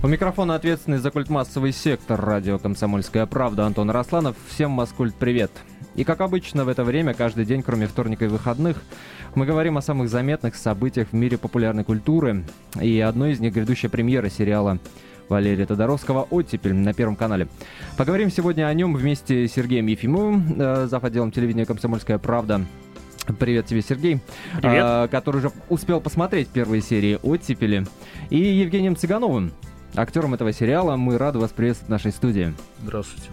У микрофона ответственный за культмассовый сектор радио «Комсомольская правда» Антон Росланов. Всем Москульт привет. И как обычно в это время, каждый день, кроме вторника и выходных, мы говорим о самых заметных событиях в мире популярной культуры. И одной из них грядущая премьера сериала Валерия Тодоровского «Оттепель» на Первом канале. Поговорим сегодня о нем вместе с Сергеем Ефимовым, зав. Отделом телевидения «Комсомольская правда». Привет тебе, Сергей. Привет. Который уже успел посмотреть первые серии «Оттепели». И Евгением Цыгановым, актером этого сериала. Мы рады вас приветствовать в нашей студии. Здравствуйте.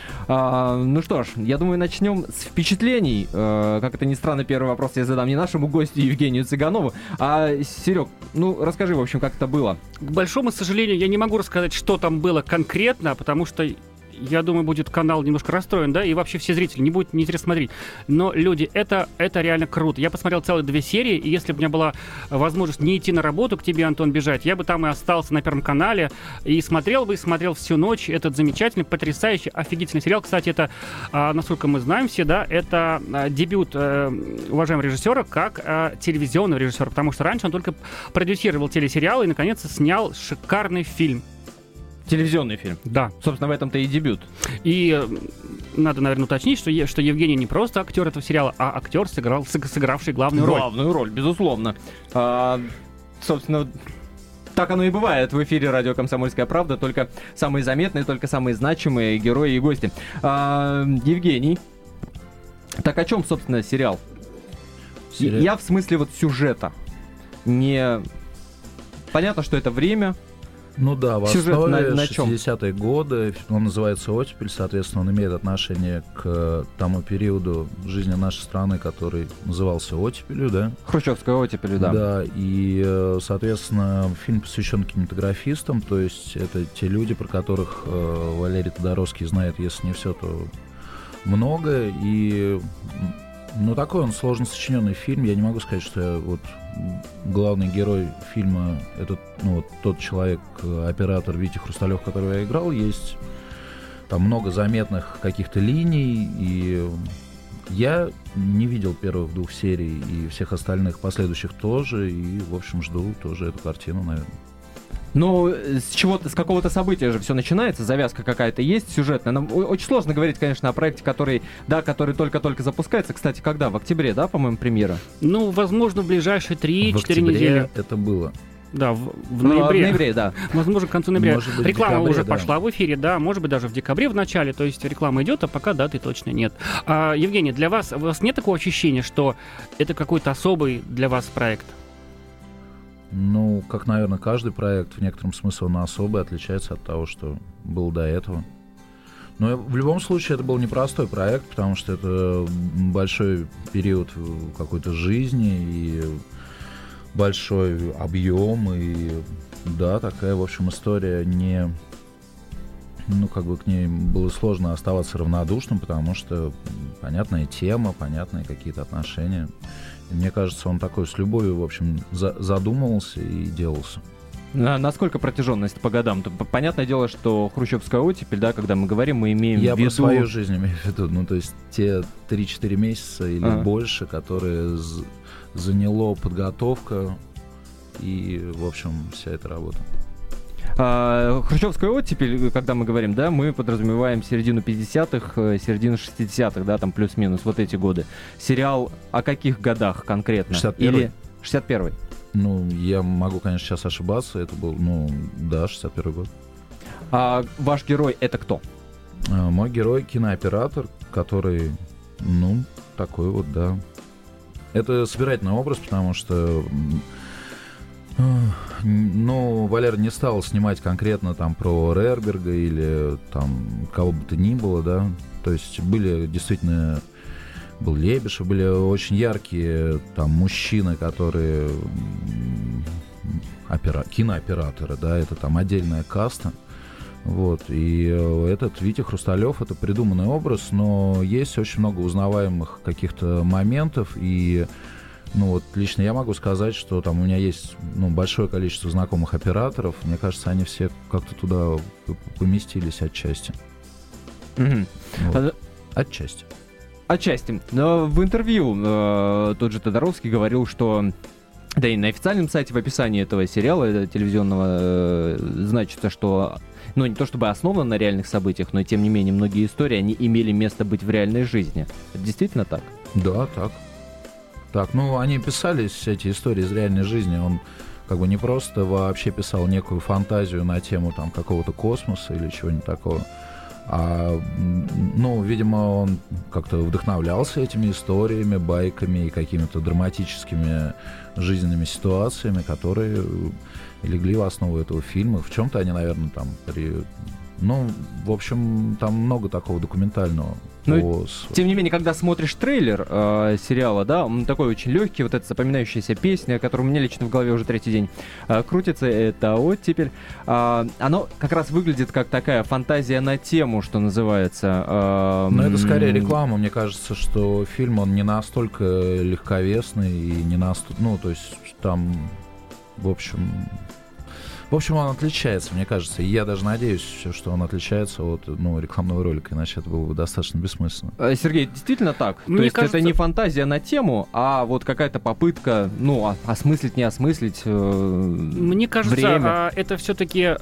Ну что ж, я думаю, начнем с впечатлений. Как это ни странно, первый вопрос я задам не нашему гостю Евгению Цыганову, а Серег, расскажи, в общем, как это было. К большому сожалению, я не могу рассказать, что там было конкретно, потому что, я думаю, будет канал немножко расстроен, да, и вообще все зрители, не будет неинтересно смотреть. Но, люди, это реально круто. Я посмотрел целые 2 серии, и если бы у меня была возможность не идти на работу к тебе, Антон, бежать, я бы там и остался на Первом канале, и смотрел всю ночь этот замечательный, потрясающий, офигительный сериал. Кстати, это, насколько мы знаем все, да, это дебют уважаемого режиссера как телевизионного режиссера, потому что раньше он только продюсировал телесериалы и, наконец-то, снял шикарный фильм. Телевизионный фильм. Да. Собственно, в этом-то и дебют. И надо, наверное, уточнить, что Евгений не просто актер этого сериала, а актер, сыгравший главную роль. Главную роль, безусловно. Собственно, так оно и бывает в эфире радио «Комсомольская правда». Только самые заметные, только самые значимые герои и гости. Евгений, так о чем, собственно, сериал? Я в смысле вот сюжета. Не... Понятно, что это время. Ну да, в Сюжет основе на чем? 60-е годы, он называется «Оттепель», соответственно, он имеет отношение к тому периоду жизни нашей страны, который назывался «Оттепелью», да? Хрущевская оттепель, да. Да, и, соответственно, фильм посвящен кинематографистам, то есть это те люди, про которых Валерий Тодоровский знает, если не все, то много, и... такой он сложно сочиненный фильм. Я не могу сказать, что главный герой фильма — это тот человек, оператор Витя Хрусталев, которого я играл. Есть там много заметных каких-то линий, и я не видел первых 2 серий, и всех остальных последующих тоже, и, в общем, жду тоже эту картину, наверное. С какого-то события же все начинается, завязка какая-то есть сюжетная. Нам очень сложно говорить, конечно, о проекте, который только-только запускается. Кстати, когда? В октябре, да, по-моему, премьера? Возможно, в ближайшие 3-4 недели. В октябре это было. Да, в ноябре. В ноябре, да. Возможно, к концу ноября. Может быть, реклама декабре, уже да. пошла в эфире, да, может быть, даже в декабре в начале. То есть реклама идет, а пока даты точно нет. Евгений, у вас нет такого ощущения, что это какой-то особый для вас проект? Как, наверное, каждый проект в некотором смысле он особый, отличается от того, что было до этого. Но в любом случае это был непростой проект, потому что это большой период какой-то жизни и большой объем, и да, такая, в общем, история не... к ней было сложно оставаться равнодушным, потому что понятная тема, понятные какие-то отношения. И мне кажется, он такой с любовью, в общем, задумывался и делался. Насколько протяженность по годам? Понятное дело, что хрущевская оттепель, да, когда мы говорим, мы имеем Я в виду... про свою жизнь имею в виду. То есть те 3-4 месяца или больше, которые заняло подготовка и, в общем, вся эта работа. Хрущевская оттепель, когда мы говорим, да, мы подразумеваем середину 50-х, середину 60-х, да, там плюс-минус, вот эти годы. Сериал о каких годах конкретно? 61-й. Или 61-й? Я могу, конечно, сейчас ошибаться, это был, 61-й год. А ваш герой — это кто? Мой герой — кинооператор, который, такой вот, да. Это собирательный образ, потому что... Валера не стал снимать конкретно там про Рерберга или там кого бы то ни было, да. То есть были действительно... Был Лебешев, были очень яркие там мужчины, которые... кинооператоры, да, это там отдельная каста. И этот Витя Хрусталев — это придуманный образ, но есть очень много узнаваемых каких-то моментов, и лично я могу сказать, что там у меня есть большое количество знакомых операторов. Мне кажется, они все как-то туда поместились отчасти. Отчасти. Отчасти. Но в интервью тот же Тодоровский говорил, что Да и на официальном сайте в описании этого сериала телевизионного значится, что, ну, не то чтобы основано на реальных событиях, но тем не менее многие истории, они имели место быть в реальной жизни. Это действительно так? Да, так. Так, ну, они писались, эти истории из реальной жизни. Он как бы не просто вообще писал некую фантазию на тему там какого-то космоса или чего-нибудь такого, а, ну, видимо, он как-то вдохновлялся этими историями, байками и какими-то драматическими жизненными ситуациями, которые легли в основу этого фильма. В чем-то они, наверное, там ну, в общем, там много такого документального. Ну, тем не менее, когда смотришь трейлер сериала, да, он такой очень легкий, вот эта запоминающаяся песня, которая у меня лично в голове уже третий день крутится, это оттепель. Оно как раз выглядит как такая фантазия на тему, что называется. Но это скорее реклама. Мне кажется, что фильм, он не настолько легковесный и не настолько... Ну, то есть там, в общем, он отличается, мне кажется. И я даже надеюсь, что он отличается от рекламного ролика, иначе это было бы достаточно бессмысленно. Сергей, действительно так? Мне То есть кажется... это не фантазия на тему, а вот какая-то попытка, осмыслить, не осмыслить Мне кажется, время. Это все-таки...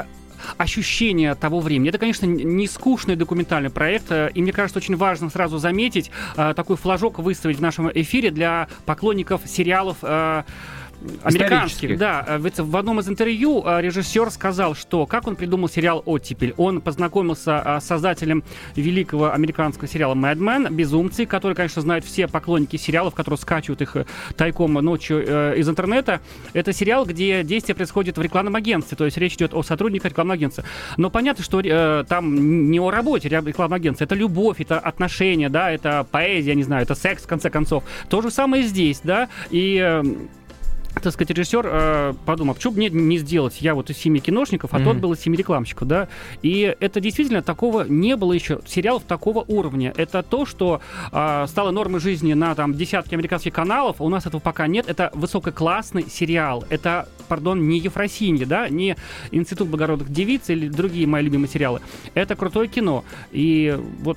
ощущение того времени. Это, конечно, не скучный документальный проект, и мне кажется, очень важно сразу заметить, такой флажок выставить в нашем эфире для поклонников сериалов американских. Да, в одном из интервью режиссер сказал, что как он придумал сериал «Оттепель». Он познакомился с создателем великого американского сериала «Мэд Мен», «Безумцы», который, конечно, знают все поклонники сериалов, которые скачивают их тайком ночью из интернета. Это сериал, где действие происходит в рекламном агентстве, то есть речь идет о сотрудниках рекламного агентства. Но понятно, что там не о работе рекламного агентства, это любовь, это отношения, да, это поэзия, не знаю, это секс, в конце концов. То же самое здесь, да, и... так сказать, режиссер подумал, почему бы мне не сделать, я вот из 7 киношников, а тот был из 7 рекламщиков, да, и это действительно такого не было еще, сериалов такого уровня. Это то, что стало нормой жизни на там десятки американских каналов, у нас этого пока нет, это высококлассный сериал, это, не Ефросинья, да, не Институт благородных девиц или другие мои любимые сериалы, это крутое кино, и вот...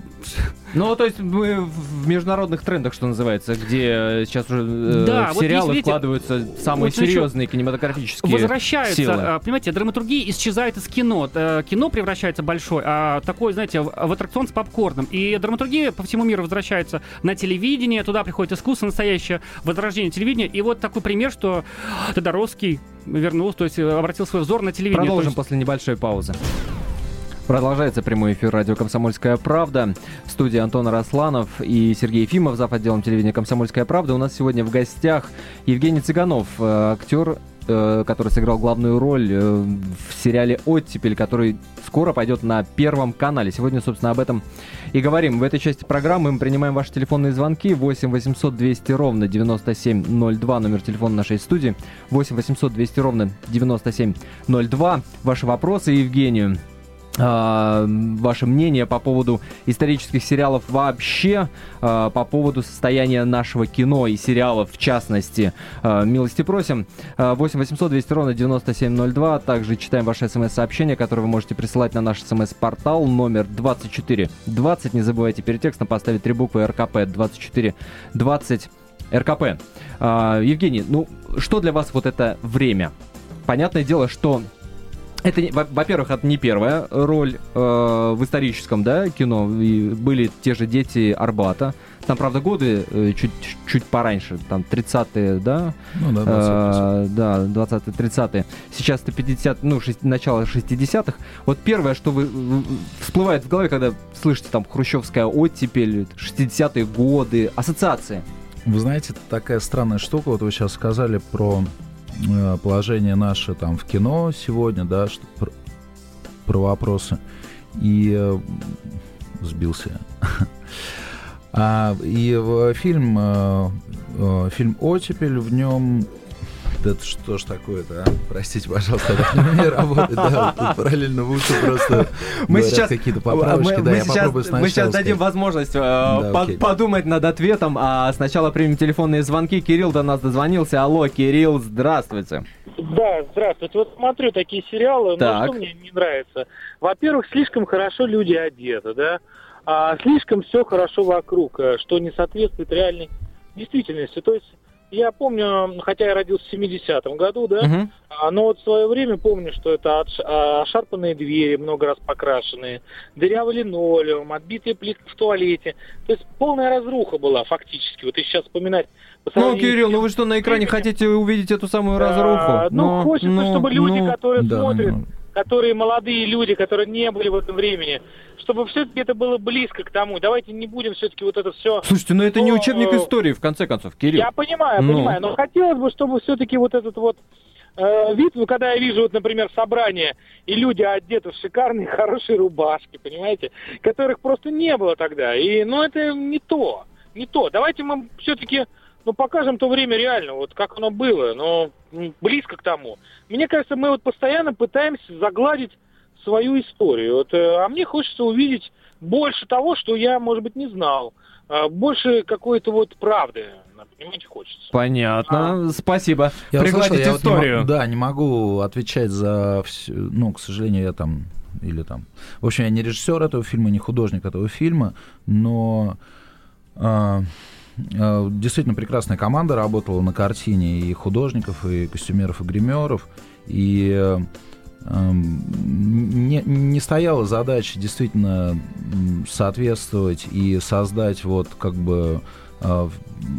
Ну, то есть мы в международных трендах, что называется, где сейчас уже в вот сериалы видите, вкладываются самые серьезные кинематографические возвращаются, силы. Понимаете, драматургия исчезает из кино. Кино превращается большой, такой, знаете, в аттракцион с попкорном. И драматургия по всему миру возвращается на телевидение, туда приходит искусство, настоящее возрождение телевидения. И вот такой пример, что Тодоровский вернулся, то есть обратил свой взор на телевидение. Продолжим после небольшой паузы. Продолжается прямой эфир радио «Комсомольская правда». В студии Антон Арасланов и Сергей Ефимов, зав. Отделом телевидения «Комсомольская правда». У нас сегодня в гостях Евгений Цыганов, актер, который сыграл главную роль в сериале «Оттепель», который скоро пойдет на Первом канале. Сегодня, собственно, об этом и говорим. В этой части программы мы принимаем ваши телефонные звонки. 8 800 200 ровно 9702, номер телефона нашей студии. 8 800 200 ровно 9702. Ваши вопросы Евгению. Ваше мнение по поводу исторических сериалов вообще, по поводу состояния нашего кино и сериалов в частности. Милости просим. 8 800 200 ровно 9702. Также читаем ваши смс-сообщения, которые вы можете присылать на наш смс-портал номер 2420. Не забывайте перед текстом поставить 3 буквы РКП. 2420 РКП. Евгений, что для вас вот это время? Понятное дело, что это, во-первых, это не первая роль в историческом, да, кино. И были те же «Дети Арбата». Там, правда, годы чуть пораньше, там 30-е, да? Ну да, 20-е. Да, 20-е, 30-е. Сейчас это 50, начало 60-х. Вот первое, что всплывает в голове, когда слышите там хрущевская оттепель, 60-е годы, ассоциации. Вы знаете, такая странная штука, вот вы сейчас сказали про... положение наше там в кино сегодня, да, что про вопросы. И сбился. И фильм «Оттепель», в нем... Это что ж такое-то, а? Простите, пожалуйста, так не умею работать, да, тут параллельно в уши просто говорят какие-то поправочки, да, я попробую сначала. Мы сейчас дадим возможность подумать над ответом, а сначала примем телефонные звонки. Кирилл до нас дозвонился. Алло, Кирилл, здравствуйте. Да, здравствуйте. Вот смотрю такие сериалы, но что мне не нравится? Во-первых, слишком хорошо люди одеты, да, слишком все хорошо вокруг, что не соответствует реальной действительности. То есть я помню, хотя я родился в 70-м году, да, но вот в свое время помню, что это ошарпанные двери, много раз покрашенные, дырявый линолеум, отбитые плитки в туалете. То есть полная разруха была фактически. Вот если сейчас вспоминать... Ну, Кирилл, ну вы что, на экране хотите увидеть эту самую разруху? Ну, хочется, чтобы люди, которые смотрят, которые молодые люди, которые не были в этом времени, чтобы все-таки это было близко к тому. Давайте не будем все-таки вот это все... Слушайте, ну это не учебник истории, в конце концов, Кирилл. Я понимаю, но хотелось бы, чтобы все-таки вот этот вот вид, ну, когда я вижу, вот, например, собрание, и люди одеты в шикарные, хорошие рубашки, понимаете, которых просто не было тогда. И, ну, это не то. Давайте мы все-таки... Ну, покажем то время реально, вот как оно было, но близко к тому. Мне кажется, мы вот постоянно пытаемся загладить свою историю. Вот, а мне хочется увидеть больше того, что я, может быть, не знал. Больше какой-то вот правды, понимаете, хочется. Понятно, спасибо. Пригладить историю. Не могу отвечать за... Ну, к сожалению, я там... Или там... В общем, я не режиссер этого фильма, не художник этого фильма, но... Действительно прекрасная команда работала на картине, и художников, и костюмеров, и гримеров, и не стояла задача действительно соответствовать и создать вот как бы в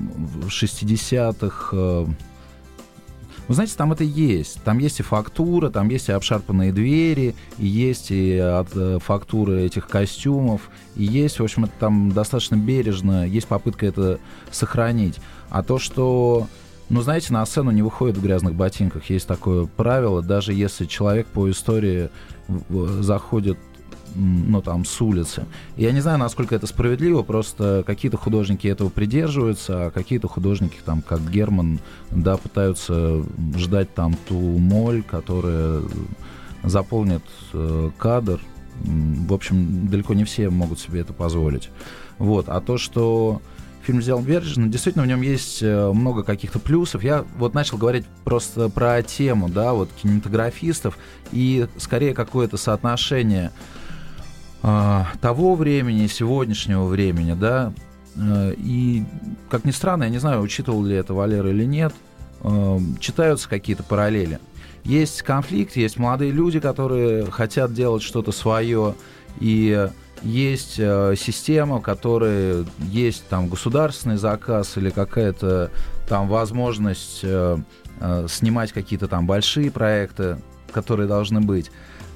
60-х... Вы знаете, там это есть. Там есть и фактура, там есть и обшарпанные двери, и есть и от фактуры этих костюмов, и есть, в общем, это там достаточно бережно, есть попытка это сохранить. А то, что, ну, знаете, на сцену не выходит в грязных ботинках, есть такое правило, даже если человек по истории заходит, ну, там, с улицы. Я не знаю, насколько это справедливо, просто какие-то художники этого придерживаются, а какие-то художники, там, как Герман, да, пытаются ждать там ту моль, которая заполнит кадр. В общем, далеко не все могут себе это позволить. Вот. А то, что фильм сделан бережно, действительно, в нем есть много каких-то плюсов. Я вот начал говорить просто про тему, да, вот кинематографистов, и скорее какое-то соотношение того времени, сегодняшнего времени, да, и, как ни странно, я не знаю, учитывал ли это Валера или нет, читаются какие-то параллели. Есть конфликт, есть молодые люди, которые хотят делать что-то свое, и есть система, в которой есть там государственный заказ или какая-то там возможность снимать какие-то там большие проекты, которые должны быть.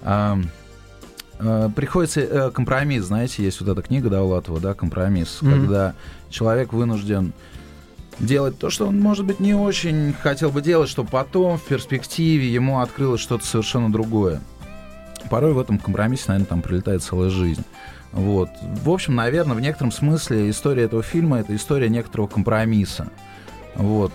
Приходится компромисс, знаете, есть вот эта книга Довлатова, да, «Компромисс», когда человек вынужден делать то, что он, может быть, не очень хотел бы делать, чтобы потом в перспективе ему открылось что-то совершенно другое. Порой в этом компромиссе, наверное, там пролетает целая жизнь. Вот. В общем, наверное, в некотором смысле история этого фильма — это история некоторого компромисса. Вот.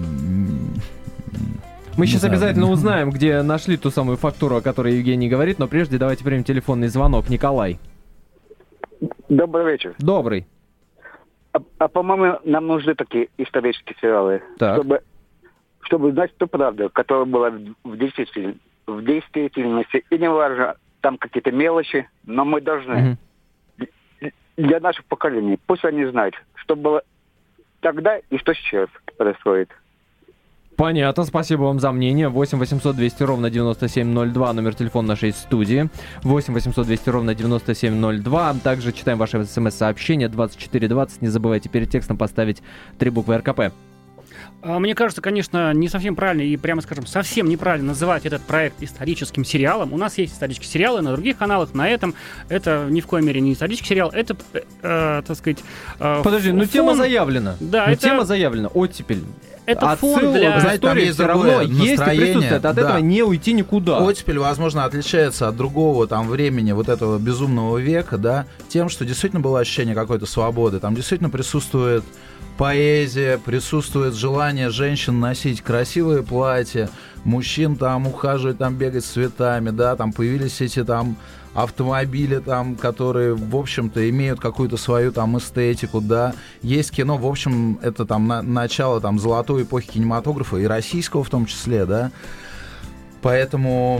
Мы сейчас обязательно узнаем, где нашли ту самую фактуру, о которой Евгений говорит, но прежде давайте примем телефонный звонок. Николай. Добрый вечер. Добрый. По-моему, нам нужны такие исторические сериалы, чтобы знать ту правду, которая была в действительности. И не важно, там какие-то мелочи, но мы должны для наших поколений, пусть они знают, что было тогда и что сейчас происходит. Понятно, спасибо вам за мнение. 8 800 200 ровно 9702, номер телефона нашей студии. 8 800 200 ровно 9702. Также читаем ваши смс-сообщения 2420. Не забывайте перед текстом поставить 3 буквы РКП. Мне кажется, конечно, не совсем правильно и, прямо скажем, совсем неправильно называть этот проект историческим сериалом. У нас есть исторические сериалы на других каналах, на этом. Это ни в коей мере не исторический сериал, это, так сказать... Подожди, ну тема заявлена. Да, это... тема заявлена, оттепель. Это фон для... Знаете, там есть все равно есть и присутствует. От этого не уйти никуда. Оттепель, возможно, отличается от другого там времени, вот этого безумного века, да, тем, что действительно было ощущение какой-то свободы. Там действительно присутствует поэзия, присутствует желание женщин носить красивые платья, мужчин там ухаживать, там бегать с цветами, да, там появились эти там автомобили, там, которые, в общем-то, имеют какую-то свою там эстетику, да. Есть кино, в общем, это там начало там золотой эпохи кинематографа, и российского в том числе, да. Поэтому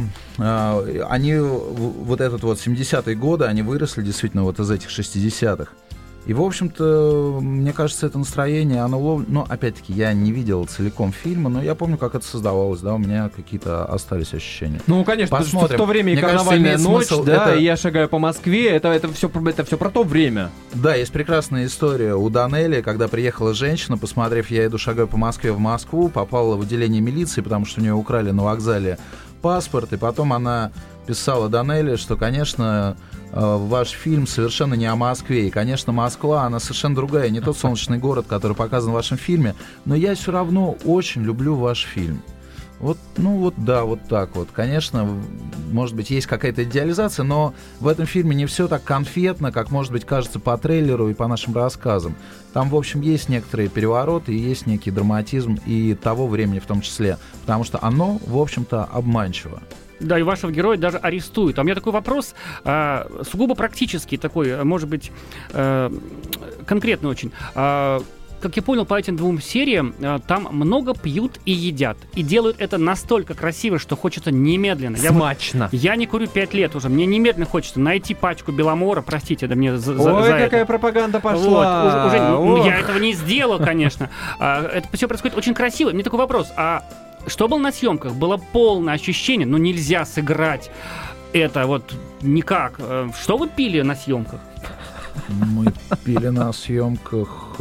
они, вот этот вот 70-е годы, они выросли действительно вот из этих 60-х. И, в общем-то, мне кажется, это настроение, оно... Ну, опять-таки, я не видел целиком фильма, но я помню, как это создавалось, да, у меня какие-то остались ощущения. Ну, конечно, потому что в то время и карнавальная ночь, да, и я шагаю по Москве, это все про то время. Да, есть прекрасная история у Данелли, когда приехала женщина, посмотрев «Я иду, шагаю по Москве» в Москву, попала в отделение милиции, потому что у нее украли на вокзале паспорт, и потом она писала Данелли, что, конечно... ваш фильм совершенно не о Москве. И, конечно, Москва, она совершенно другая. Не тот солнечный город, который показан в вашем фильме. Но я все равно очень люблю ваш фильм. Вот, ну вот да, вот так вот. Конечно, может быть, есть какая-то идеализация, но в этом фильме не все так конфетно, как, может быть, кажется по трейлеру и по нашим рассказам. Там, в общем, есть некоторые перевороты, и есть некий драматизм, и того времени в том числе. Потому что оно, в общем-то, обманчиво. Да, и вашего героя даже арестуют. А у меня такой вопрос, сугубо практический такой, может быть, конкретный очень. Как я понял, по этим 2 сериям, там много пьют и едят. И делают это настолько красиво, что хочется немедленно. Смачно. Я не курю 5 лет уже. Мне немедленно хочется найти пачку Беломора. Простите, это мне за какая это. пропаганда пошла. Вот, я этого не сделал, конечно. Это все происходит очень красиво. Мне такой вопрос. Что было на съемках? Было полное ощущение, но нельзя сыграть это вот никак. Что вы пили на съемках? Мы пили на съемках.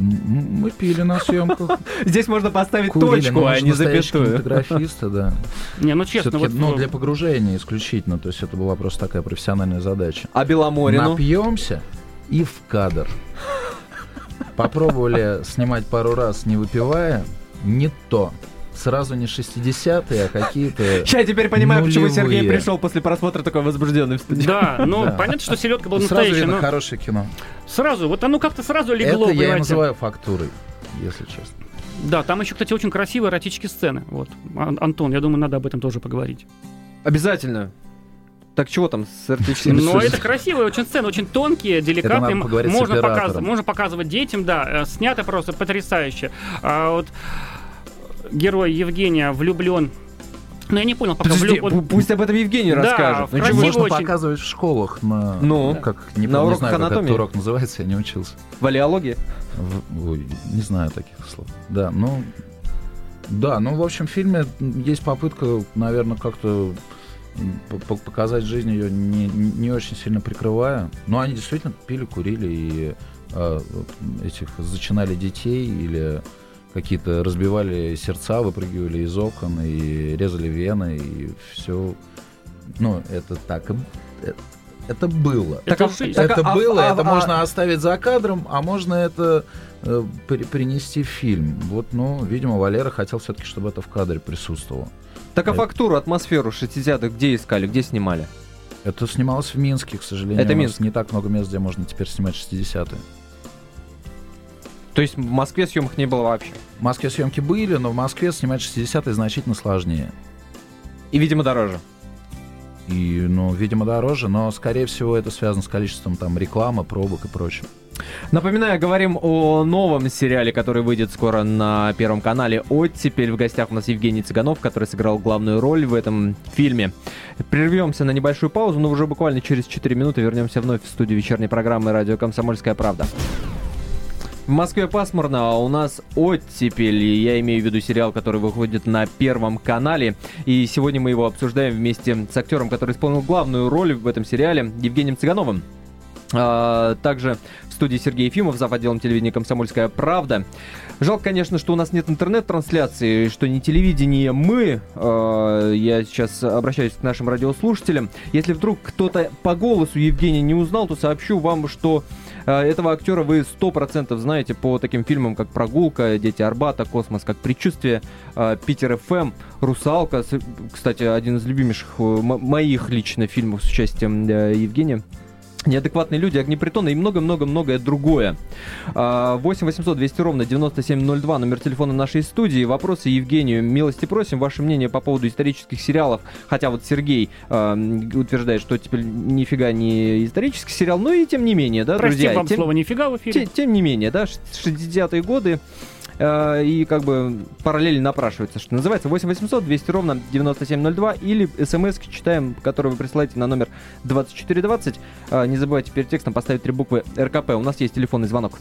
Здесь можно поставить точку, а не запятую. Кинематографисты, да. Не, ну честно. Вот... Ну, для погружения исключительно. То есть это была просто такая профессиональная задача. А Беломорину? Напьемся и в кадр. Попробовали снимать пару раз, не выпивая. Не то. Сразу не 60-е, а какие-то Я теперь понимаю, нулевые. почему Сергей пришел после просмотра такой возбужденный в студию. Да, ну понятно, что селедка была сразу настоящая. Видно хорошее кино. Сразу, вот оно как-то сразу легло. Это я и называю фактурой, если честно. Да, там еще, кстати, очень красивые эротические сцены. Вот. Антон, я думаю, надо об этом тоже поговорить. Обязательно. Так чего там с эротическими сценами? Ну, это красивые очень сцены, очень тонкие, деликатные. Можно показывать детям, да. Снято просто потрясающе. Вот герой Евгения влюблен. Ну, я не понял, пока влюблен. Пусть об этом Евгений расскажет. Да, можно очень показывать в школах на... Ну, как, не на знаю, анатомии? как этот урок называется, я не учился. Валеология? Ой, не знаю таких слов. Да, ну, в общем, в фильме есть попытка, наверное, как-то показать жизнь ее не очень сильно прикрывая. Но они действительно пили, курили и зачинали детей или... какие-то разбивали сердца, выпрыгивали из окон и резали вены, и все. Ну, это так. Это было. Это можно оставить за кадром, а можно это принести в фильм. Вот, ну, видимо, Валера хотел все-таки, чтобы это в кадре присутствовало. Так, а фактуру, атмосферу 60-х где искали, где снимали? Это снималось в Минске, к сожалению. Это Минск. Не так много мест, где можно теперь снимать 60-е. То есть в Москве съемок не было вообще? В Москве съемки были, но в Москве снимать 60-е значительно сложнее. И, видимо, дороже. Видимо, дороже, но, скорее всего, это связано с количеством там рекламы, пробок и прочим. Напоминаю, говорим о новом сериале, который выйдет скоро на Первом канале «Оттепель». В гостях у нас Евгений Цыганов, который сыграл главную роль в этом фильме. Прервемся на небольшую паузу, но уже буквально через 4 минуты вернемся вновь в студию вечерней программы «Радио Комсомольская правда». В Москве пасмурно, а у нас «Оттепель». Я имею в виду сериал, который выходит на Первом канале. И сегодня мы его обсуждаем вместе с актером, который исполнил главную роль в этом сериале, Евгением Цыгановым. Также в студии Сергей Ефимов, зав. Отделом телевидения «Комсомольская правда». Жалко, конечно, что у нас нет интернет-трансляции, что не телевидение мы. Я сейчас обращаюсь к нашим радиослушателям. Если вдруг кто-то по голосу Евгения не узнал, то сообщу вам, что этого актера вы 100% знаете по таким фильмам, как «Прогулка», «Дети Арбата», «Космос как предчувствие», «Питер ФМ», «Русалка». Кстати, один из любимейших моих лично фильмов с участием Евгения. «Неадекватные люди», «Огнепритоны» и много-много-многое другое. 8 800 200 ровно 9702, номер телефона нашей студии. Вопросы Евгению милости просим. Ваше мнение по поводу исторических сериалов. Хотя вот Сергей утверждает, что теперь нифига не исторический сериал, но и тем не менее, да, простим друзья. Вам слово «нифига» в эфире. Тем не менее, да, 60-е годы. и как бы параллельно напрашивается, что называется. 8 800 200 ровно 9702 или смс-ки читаем, которые вы присылаете на номер 2420. Не забывайте перед текстом поставить 3 буквы РКП. У нас есть телефонный звонок.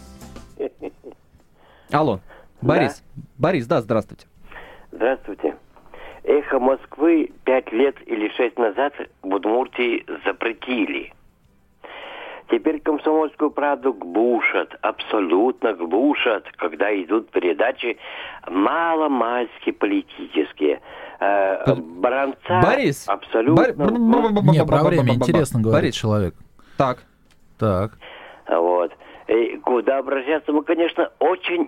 Алло, Борис. Да. Борис, да, здравствуйте. Здравствуйте. «Эхо Москвы» 5 лет или 6 назад в Удмуртии запретили. Теперь «Комсомольскую правду» глушат, абсолютно глушат, когда идут передачи мало-мальски политические. Баранца Борис! Абсолютно... Не, про время интересно говорит человек. Так. Вот. И куда обращаться? Мы, конечно, очень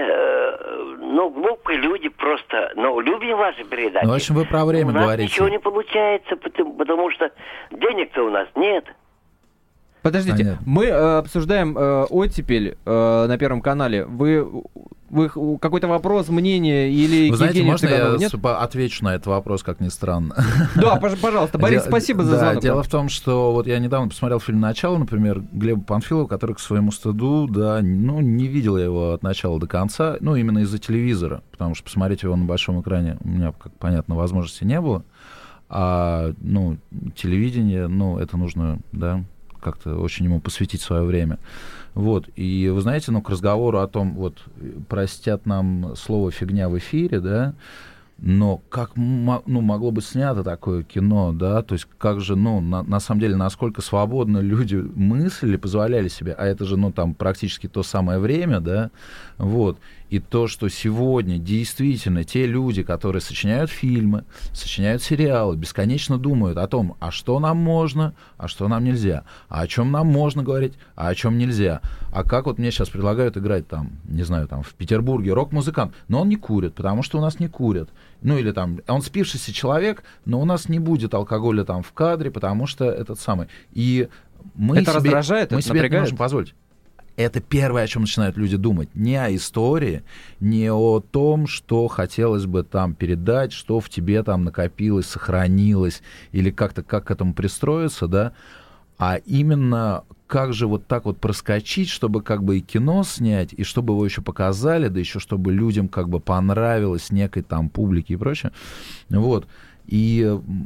глупые люди просто. Но любим ваши передачи. Ну, в общем, вы про время говорите. У нас ничего не получается, потому что денег-то у нас нет. Подождите, понятно. Мы обсуждаем оттепель на Первом канале. Вы какой-то вопрос, мнение или... Вы знаете, можно я отвечу на этот вопрос, как ни странно? Да, пожалуйста. Борис, спасибо за звонок. Дело в том, что вот я недавно посмотрел фильм «Начало», например, Глеба Панфилова, который к своему стыду, не видел я его от начала до конца, именно из-за телевизора, потому что посмотреть его на большом экране у меня, как понятно, возможности не было. А, телевидение, это нужно, как-то очень ему посвятить свое время. Вот. И вы знаете, к разговору о том, простят нам слово «фигня» в эфире, но как могло быть снято такое кино, то есть как же, на самом деле, насколько свободно люди мыслили, позволяли себе, а это же, там практически то самое время, вот. И то, что сегодня действительно те люди, которые сочиняют фильмы, сочиняют сериалы, бесконечно думают о том, а что нам можно, а что нам нельзя, а о чем нам можно говорить, а о чем нельзя. А как мне сейчас предлагают играть в Петербурге рок-музыкант, но он не курит, потому что у нас не курят. Или он спившийся человек, но у нас не будет алкоголя в кадре, потому что этот самый. И мы это раздражает, мы это себе напрягает? это можем позволить. Это первое, о чем начинают люди думать. Не о истории, не о том, что хотелось бы передать, что в тебе накопилось, сохранилось, или как к этому пристроиться, а именно как же так проскочить, чтобы и кино снять, и чтобы его еще показали, да еще чтобы людям понравилось некой публике и прочее. Вот. И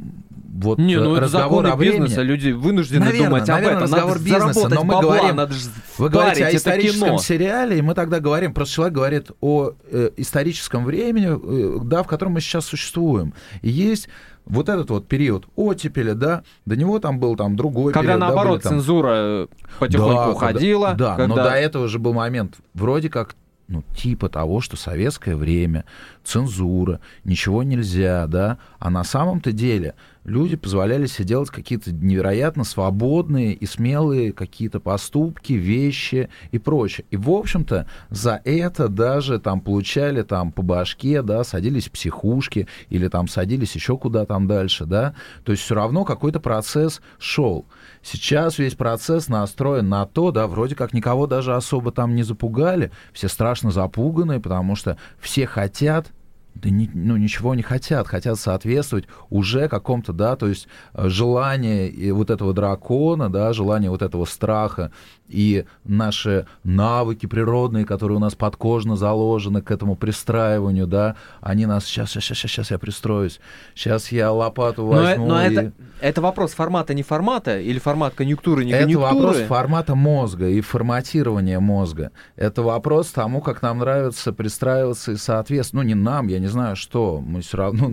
это законы бизнеса, люди вынуждены думать об этом. Разговор надо бизнеса, но мы говорим, вы говорите о историческом кино. сериале, и мы тогда говорим, просто человек говорит о историческом времени, в котором мы сейчас существуем. И есть этот период оттепели, до него был другой когда период. Когда наоборот цензура потихоньку уходила. Но до этого же был момент, вроде как, типа того, что советское время, цензура, ничего нельзя, а на самом-то деле люди позволяли себе делать какие-то невероятно свободные и смелые какие-то поступки, вещи и прочее. И, в общем-то, за это даже получали по башке, садились в психушки или садились еще куда-то дальше, То есть все равно какой-то процесс шел. Сейчас весь процесс настроен на то, вроде как никого даже особо не запугали, все страшно запуганы, потому что все хотят, ничего не хотят соответствовать уже какому-то, то есть желание этого дракона, желание этого страха и наши навыки природные, которые у нас подкожно заложены к этому пристраиванию, они нас, сейчас я пристроюсь, сейчас я лопату возьму. Но это вопрос формата, не формата, или формат конъюнктуры, не конъюнктуры? Это вопрос формата мозга и форматирования мозга. Это вопрос тому, как нам нравится пристраиваться и соответствовать. Не нам, я не знаю что, мы все равно,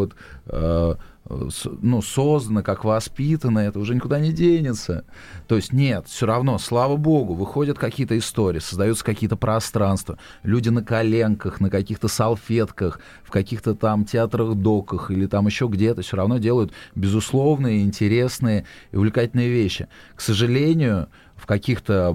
созданы, как воспитаны, это уже никуда не денется. То есть нет, все равно, слава богу, выходят какие-то истории, создаются какие-то пространства, люди на коленках, на каких-то салфетках, в каких-то театрах-доках или еще где-то все равно делают безусловные, интересные и увлекательные вещи. К сожалению, в каких-то,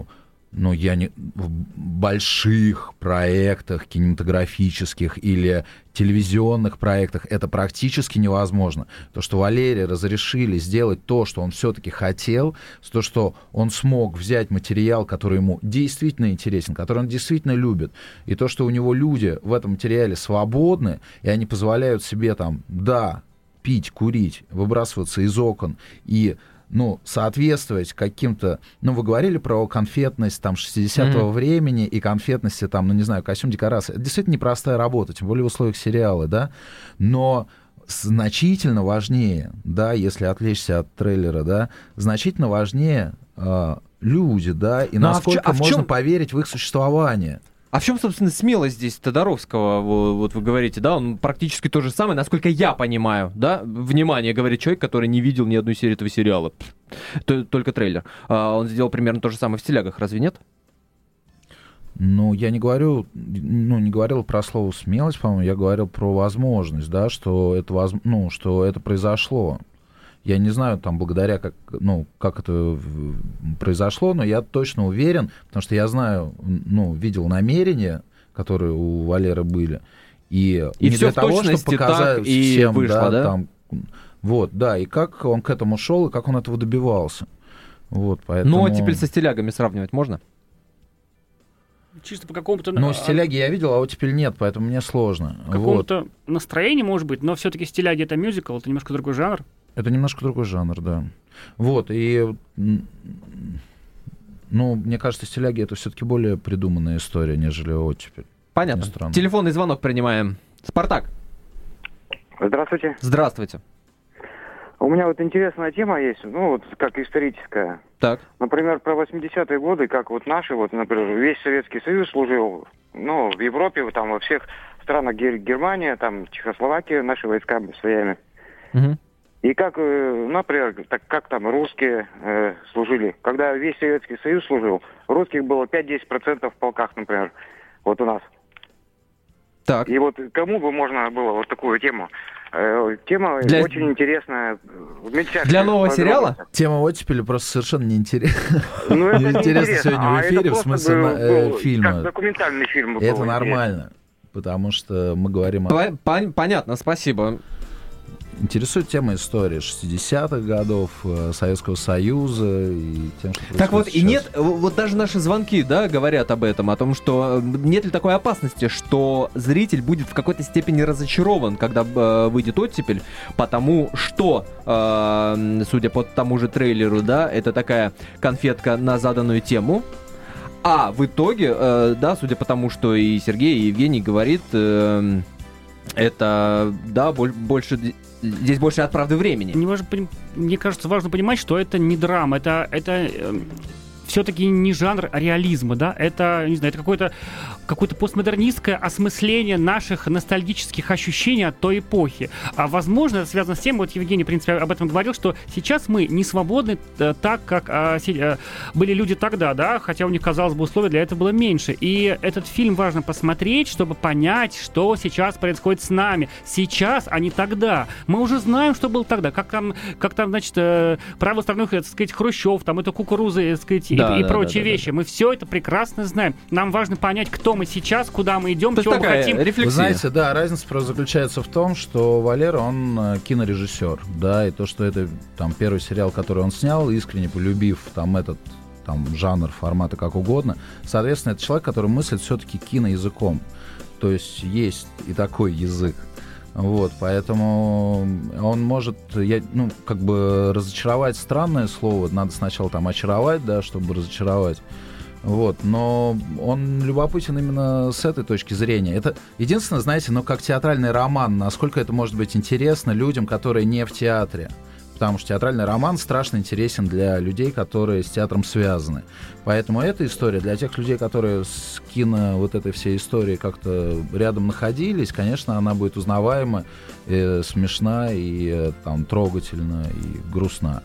в больших проектах кинематографических или телевизионных проектах это практически невозможно. То, что Валерии разрешили сделать то, что он все-таки хотел, то, что он смог взять материал, который ему действительно интересен, который он действительно любит, и то, что у него люди в этом материале свободны, и они позволяют себе пить, курить, выбрасываться из окон и соответствовать каким-то... Вы говорили про конфетность там 60-го времени и конфетности там, костюм, декорации. Это действительно непростая работа, тем более в условиях сериала, да? Но значительно важнее, да, если отвлечься от трейлера, да, значительно важнее люди, да, и насколько можно поверить в их существование. А в чем, собственно, смелость здесь Тодоровского, вот вы говорите, да, он практически то же самое, насколько я понимаю, да, внимание, говорит человек, который не видел ни одной серии этого сериала, только трейлер. Он сделал примерно то же самое в «Стилягах», разве нет? Я не говорил про слово «смелость», по-моему, я говорил про возможность, да, что это произошло. Я не знаю, там, благодаря как это произошло, но я точно уверен, потому что я знаю, видел намерения, которые у Валеры были. И не все для того, чтобы показать так и всем, вышло, да? Там, и как он к этому шел, и как он этого добивался. Поэтому... оттепель со «Стилягами» сравнивать можно? Чисто по какому-то... «Стиляги» я видел, а «Оттепель» нет, поэтому мне сложно. По какому-то настроению, может быть, но все-таки «Стиляги» — это мюзикл, это немножко другой жанр. Это немножко другой жанр, да. И... мне кажется, «Стиляги» — это все-таки более придуманная история, нежели «Оттепель». Понятно. Телефонный звонок принимаем. Спартак. Здравствуйте. Здравствуйте. У меня интересная тема есть, как историческая. Так. Например, про 80-е годы, как наши, например, весь Советский Союз служил, в Европе, там, во всех странах Германия, там, Чехословакия, наши войска своими. Угу. И как, например, как там русские служили. Когда весь Советский Союз служил, русских было 5-10% в полках, например, у нас. Так. И кому бы можно было такую тему? Тема очень интересная. Для нового сериала? Тема «Оттепели» просто совершенно неинтересна. Неинтересно сегодня в эфире, в смысле фильма. Как документальный фильм. Это нормально, потому что мы говорим о... Понятно, спасибо. Интересует тема истории 60-х годов, Советского Союза и тем, что происходит так сейчас. И нет, даже наши звонки, да, говорят об этом, о том, что нет ли такой опасности, что зритель будет в какой-то степени разочарован, когда выйдет «Оттепель», потому что, судя по тому же трейлеру, да, это такая конфетка на заданную тему, а в итоге, да, судя по тому, что и Сергей, и Евгений говорит, это, да, больше... Здесь больше от правды времени. Мне кажется, важно понимать, что это не драма, это все-таки не жанр реализма, да, это, не знаю, это какое-то постмодернистское осмысление наших ностальгических ощущений от той эпохи. А возможно, это связано с тем, Евгений, в принципе, об этом говорил, что сейчас мы не свободны так, как были люди тогда, да, хотя у них, казалось бы, условий для этого было меньше. И этот фильм важно посмотреть, чтобы понять, что сейчас происходит с нами. Сейчас, а не тогда. Мы уже знаем, что было тогда. Как там значит, правой стороной, так сказать, Хрущев, там это кукурузы, так сказать, и прочие вещи. Мы все это прекрасно знаем. Нам важно понять, кто мы сейчас, куда мы идем, чего мы хотим. Рефлексия. Вы знаете, да, разница заключается в том, что Валера, он кинорежиссер, да, и то, что это там первый сериал, который он снял, искренне полюбив там этот жанр, формата, как угодно, соответственно, это человек, который мыслит все-таки киноязыком. То есть и такой язык. Поэтому он может, разочаровать — странное слово, надо сначала очаровать, да, чтобы разочаровать. Но он любопытен именно с этой точки зрения. Это единственное, знаете, как театральный роман, насколько это может быть интересно людям, которые не в театре. Потому что театральный роман страшно интересен для людей, которые с театром связаны. Поэтому эта история для тех людей, которые с кино этой всей историей как-то рядом находились, конечно, она будет узнаваема, смешна, и трогательна, и грустна.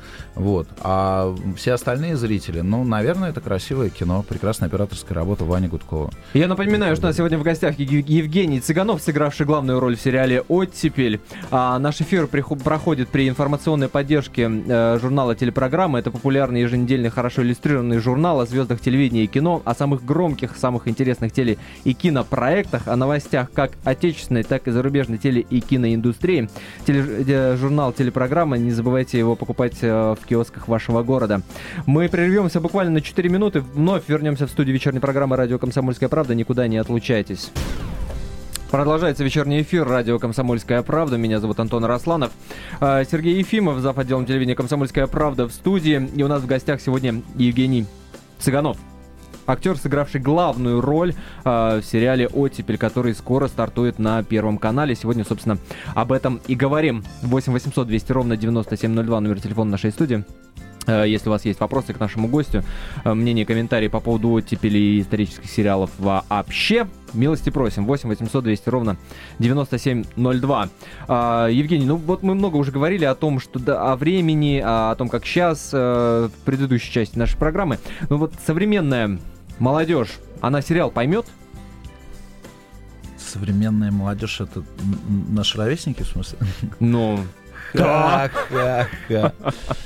А все остальные зрители, наверное, это красивое кино, прекрасная операторская работа Вани Гудкова. Я напоминаю, что у нас сегодня в гостях Евгений Цыганов, сыгравший главную роль в сериале «Оттепель». Наш эфир проходит при информационной поддержке журнала «Телепрограмма». Это популярный еженедельный, хорошо иллюстрированный журнал о звездах телевидения и кино, о самых громких, самых интересных теле- и кинопроектах, о новостях как отечественной, так и зарубежной теле- и киноиндустрии. Журнал «Телепрограмма». Не забывайте его покупать в киосках вашего города. Мы прервемся буквально на 4 минуты. Вновь вернемся в студию вечерней программы «Радио Комсомольская правда». Никуда не отлучайтесь. Продолжается вечерний эфир радио «Комсомольская правда». Меня зовут Антон Арасланов. Сергей Ефимов, зав. Отделом телевидения «Комсомольская правда» в студии. И у нас в гостях сегодня Евгений Цыганов. Актер, сыгравший главную роль в сериале «Оттепель», который скоро стартует на Первом канале. Сегодня, собственно, об этом и говорим. 8 800 200 ровно 9702, номер телефона нашей студии. Если у вас есть вопросы к нашему гостю, мнения, комментарии по поводу «Оттепели» и исторических сериалов вообще, милости просим. 8 800 200 ровно 9702. Евгений, ну вот мы много уже говорили о том, что о времени, о том, как сейчас, в предыдущей части нашей программы. Ну вот современная молодежь, она сериал поймет? Современная молодежь — это наши ровесники, в смысле? Ну, ха-ха-ха.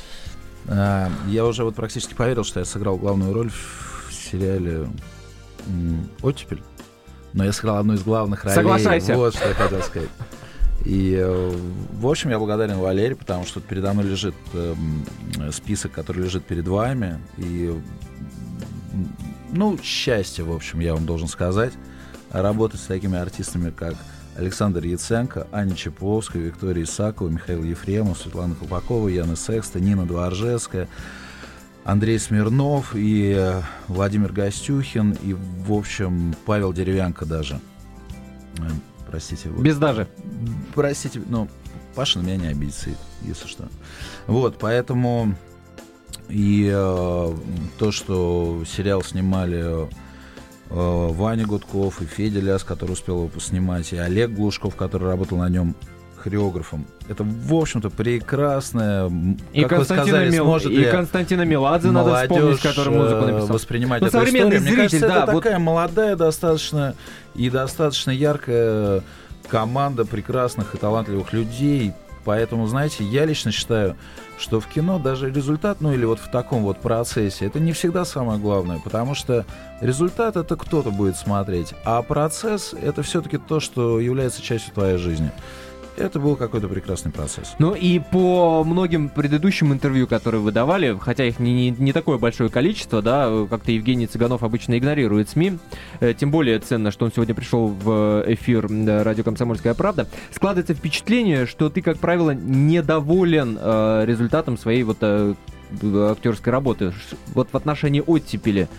Я уже вот практически поверил, что я сыграл главную роль в сериале «Оттепель». Но я сыграл одну из главных ролей. Соглашайся. Вот что я хотел сказать. И, в общем, я благодарен Валерии, потому что передо мной лежит список, который лежит перед вами. И, ну, счастье, в общем, я вам должен сказать, работать с такими артистами, как Александр Яценко, Аня Чаповская, Виктория Исакова, Михаил Ефремов, Светлана Колпакова, Яна Секста, Нина Дворжецкая, Андрей Смирнов и Владимир Гостюхин, и, в общем, Павел Деревянко даже. Простите. Вот. Без даже. Простите, но Паша на меня не обидится, если что. Вот, поэтому и то, что сериал снимали Ваня Гудков и Федя Ляс, который успел его поснимать, и Олег Глушков, который работал на нем хореографом. Это, в общем-то, прекрасное. И как вы сказали, сможет ли Константина Меладзе надо вспомнить, который музыку написал. Воспринимать эту историю. Мне кажется, это такая молодая достаточно и достаточно яркая команда прекрасных и талантливых людей. Поэтому, знаете, я лично считаю, что в кино даже результат, ну или вот в таком вот процессе, это не всегда самое главное, потому что результат — это кто-то будет смотреть, а процесс — это все-таки то, что является частью твоей жизни. Это был какой-то прекрасный процесс. Ну и по многим предыдущим интервью, которые вы давали, хотя их не такое большое количество, да, как-то Евгений Цыганов обычно игнорирует СМИ, тем более ценно, что он сегодня пришел в эфир радио «Комсомольская правда», складывается впечатление, что ты, как правило, недоволен результатом своей вот актерской работы. Вот в отношении «Оттепели».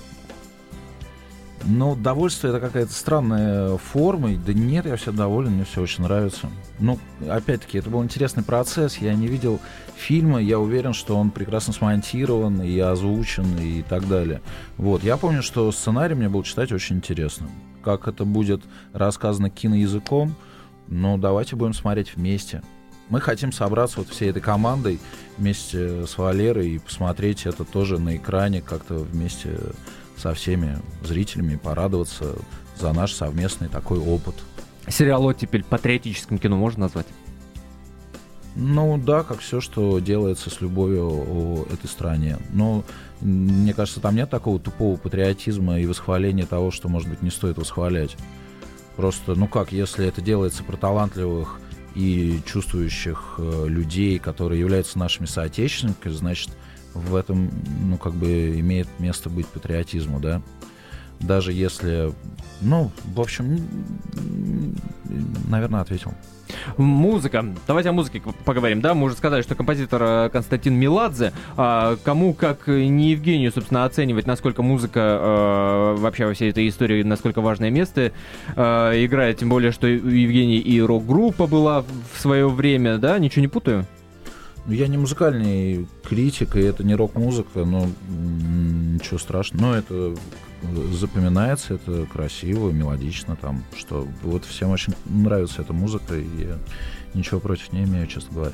Ну, довольство — это какая-то странная форма. Да нет, я все доволен, мне все очень нравится. Ну, опять-таки, это был интересный процесс. Я не видел фильма, я уверен, что он прекрасно смонтирован и озвучен и так далее. Вот, я помню, что сценарий мне было читать очень интересно. Как это будет рассказано киноязыком, ну, давайте будем смотреть вместе. Мы хотим собраться вот всей этой командой вместе с Валерой и посмотреть это тоже на экране как-то вместе со всеми зрителями, порадоваться за наш совместный такой опыт. Сериал «Оттепель» патриотическим кино можно назвать? Ну да, как все, что делается с любовью о этой стране. Но мне кажется, там нет такого тупого патриотизма и восхваления того, что, может быть, не стоит восхвалять. Просто, ну как, если это делается про талантливых и чувствующих людей, которые являются нашими соотечественниками, значит, в этом, ну, как бы имеет место быть патриотизму, да. Даже если, ну, в общем, наверное, ответил. Музыка. Давайте о музыке поговорим, да? Мы уже сказали, что композитор Константин Меладзе. Кому, как не Евгению, собственно, оценивать, насколько музыка вообще во всей этой истории, насколько важное место играет. Тем более, что у Евгения и рок-группа была в свое время, да? Ничего не путаю? Я не музыкальный критик, и это не рок-музыка, но ничего страшного. Но это запоминается, это красиво, мелодично, там, что вот всем очень нравится эта музыка, и я ничего против не имею, честно говоря.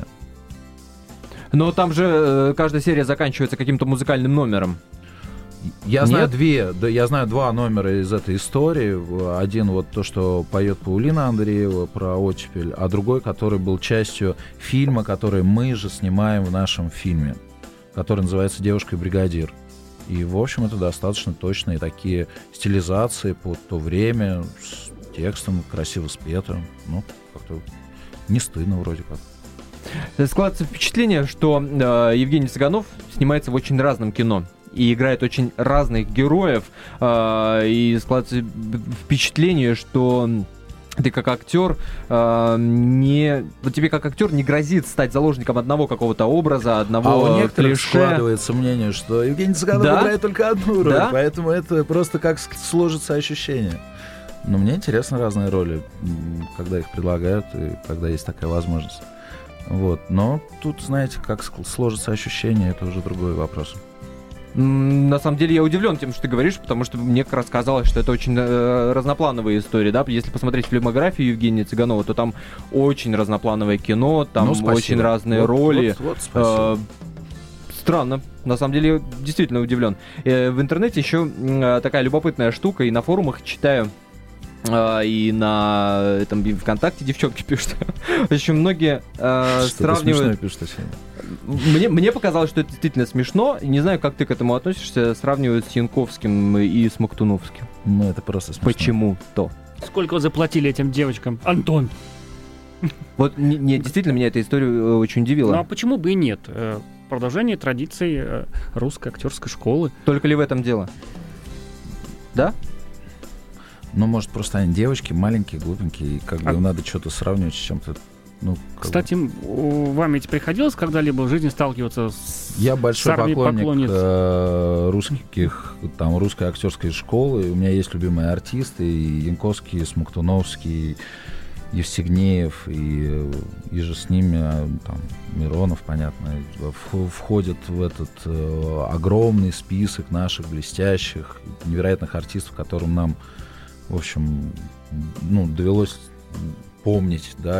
Но там же каждая серия заканчивается каким-то музыкальным номером. Я знаю два номера из этой истории. Один вот то, что поет Паулина Андреева про «Оттепель», а другой, который был частью фильма, который мы же снимаем в нашем фильме, который называется «Девушка и бригадир». И, в общем, это достаточно точные такие стилизации под то время, с текстом красиво спето. Ну, как-то не стыдно вроде как. Складывается впечатление, что Евгений Цыганов снимается в очень разном кино и играет очень разных героев, и складывается впечатление, что ты как актер тебе как актер не грозит стать заложником одного какого-то образа, одного у некоторых клише. Складывается мнение, что Евгений Цыганов играет только одну роль, поэтому это просто как сложится ощущение. Но мне интересны разные роли, когда их предлагают и когда есть такая возможность. Вот. Но тут, знаете, как сложится ощущение, это уже другой вопрос. На самом деле я удивлен тем, что ты говоришь, потому что мне как раз казалось, что это очень разноплановая история, да. Если посмотреть фильмографию Евгения Цыганова, то там очень разноплановое кино, там очень разные роли. Спасибо. Странно. На самом деле, действительно удивлен. В интернете еще такая любопытная штука, и на форумах читаю, и на ВКонтакте девчонки пишут. Очень многие сравнивают... Мне показалось, что это действительно смешно. Не знаю, как ты к этому относишься. Сравнивают с Янковским и с Мактуновским. Ну, это просто смешно. Почему-то. Сколько вы заплатили этим девочкам? Антон! Вот, действительно, меня эта история очень удивила. Ну, а почему бы и нет? Продолжение традиций русской актерской школы. Только ли в этом дело? Да? Ну, может, просто они девочки маленькие, глупенькие, и как бы им надо что-то сравнивать с чем-то. Ну, кстати, вам ведь приходилось когда-либо в жизни сталкиваться с Я большой поклонник русской актерской школы. У меня есть любимые артисты, и Янковский, и Смоктуновский, и Евстигнеев, и же с ними там, Миронов, понятно, входят в этот огромный список наших блестящих, невероятных артистов, которым нам, в общем, довелось помнить, да,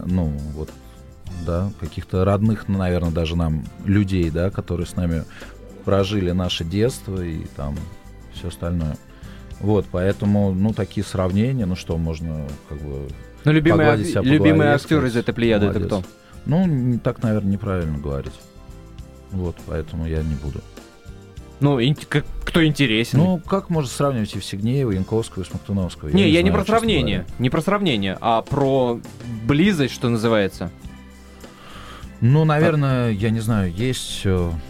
каких-то родных, наверное, даже нам людей, да, которые с нами прожили наше детство и там все остальное. Вот, поэтому, такие сравнения, можно как бы любимые актеры из этой плеяды это кто? Так, наверное, неправильно говорить. Вот, поэтому я не буду. Кто интересен? Как можно сравнивать Евстигнеева, Янковского и Смоктуновского? Я не про сравнение. Не про сравнение, а про близость, что называется. Наверное, я не знаю, есть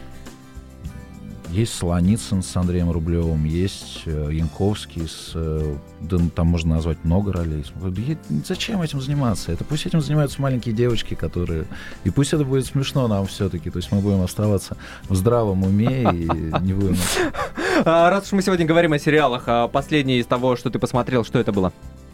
Солоницын с Андреем Рублевым, есть Янковский там можно назвать много ролей. Зачем этим заниматься? Пусть этим занимаются маленькие девочки, которые... И пусть это будет смешно нам все-таки. То есть мы будем оставаться в здравом уме и не будем... Раз уж мы сегодня говорим о сериалах, последнее из того, что ты посмотрел, что это было?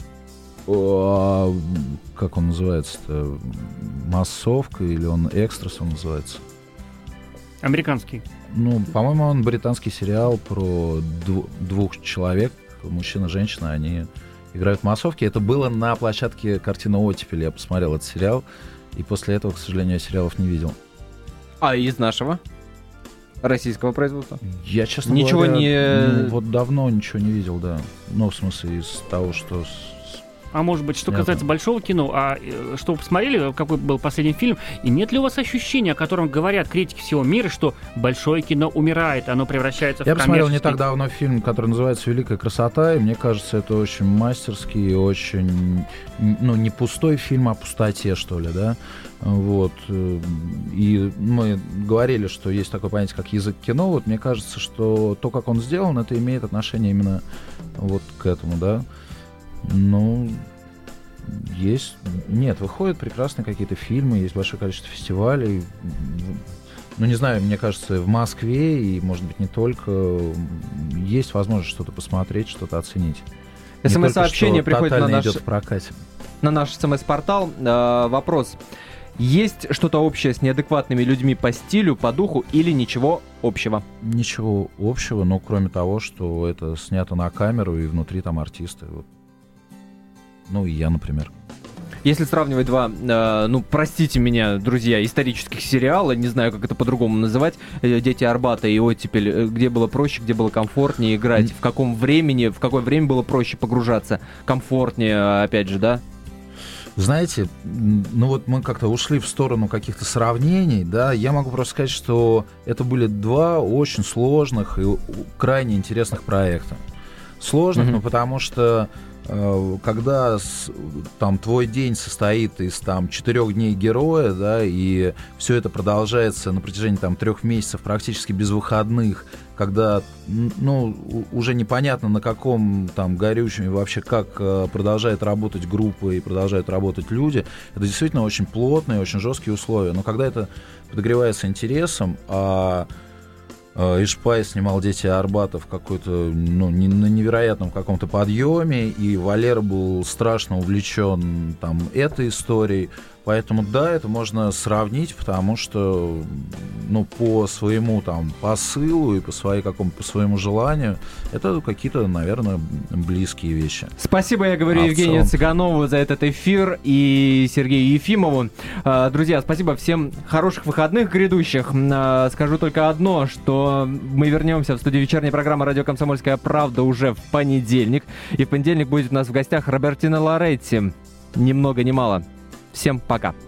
Как он называется-то? «Массовка» или он «Экстрас» он называется? Американский. По-моему, он британский сериал про двух человек, мужчина и женщина, они играют в массовки. Это было на площадке «Картина оттепель». Я посмотрел этот сериал, и после этого, к сожалению, я сериалов не видел. А из нашего? Российского производства? Я, честно говоря, давно ничего не видел, да. В смысле, из того, что... А может быть, что касается большого кино, что вы посмотрели, какой был последний фильм, и нет ли у вас ощущения, о котором говорят критики всего мира, что большое кино умирает, оно превращается в коммерческий... Я посмотрел не так давно фильм, который называется «Великая красота», и мне кажется, это очень мастерский, очень, не пустой фильм, а пустоте, что ли, да, вот, и мы говорили, что есть такое понятие, как язык кино, вот мне кажется, что то, как он сделан, это имеет отношение именно вот к этому, да. Выходят прекрасные какие-то фильмы, есть большое количество фестивалей. Не знаю, мне кажется, в Москве и, может быть, не только, есть возможность что-то посмотреть, что-то оценить. СМС-сообщение приходит на наш СМС-портал. Вопрос. Есть что-то общее с неадекватными людьми по стилю, по духу или ничего общего? Ничего общего, но кроме того, что это снято на камеру и внутри там артисты. И я, например. Если сравнивать два, простите меня, друзья, исторических сериала, не знаю, как это по-другому называть, «Дети Арбата» и «Оттепель», где было проще, где было комфортнее играть, в какое время было проще погружаться, комфортнее, опять же, да? Знаете, мы как-то ушли в сторону каких-то сравнений, да, я могу просто сказать, что это были два очень сложных и крайне интересных проекта. Сложных, потому что когда там твой день состоит из там 4 дней героя, да, и все это продолжается на протяжении там 3 месяцев практически без выходных, когда, ну, уже непонятно, на каком там горючем и вообще как продолжает работать группа и продолжают работать люди, это действительно очень плотные, очень жесткие условия. Но когда это подогревается интересом, Ишпай снимал «Дети Арбата» в какой-то, ну, на невероятном каком-то подъеме, и Валера был страшно увлечен там этой историей. Поэтому, да, это можно сравнить, потому что, ну, по своему там посылу и по своему желанию это какие-то, наверное, близкие вещи. Спасибо, я говорю Евгению Цыганову за этот эфир и Сергею Ефимову. Друзья, спасибо, всем хороших выходных грядущих. Скажу только одно, что мы вернемся в студию вечерней программы «Радио Комсомольская правда» уже в понедельник. И в понедельник будет у нас в гостях Робертино Лоретти. Ни много ни мало. Всем пока.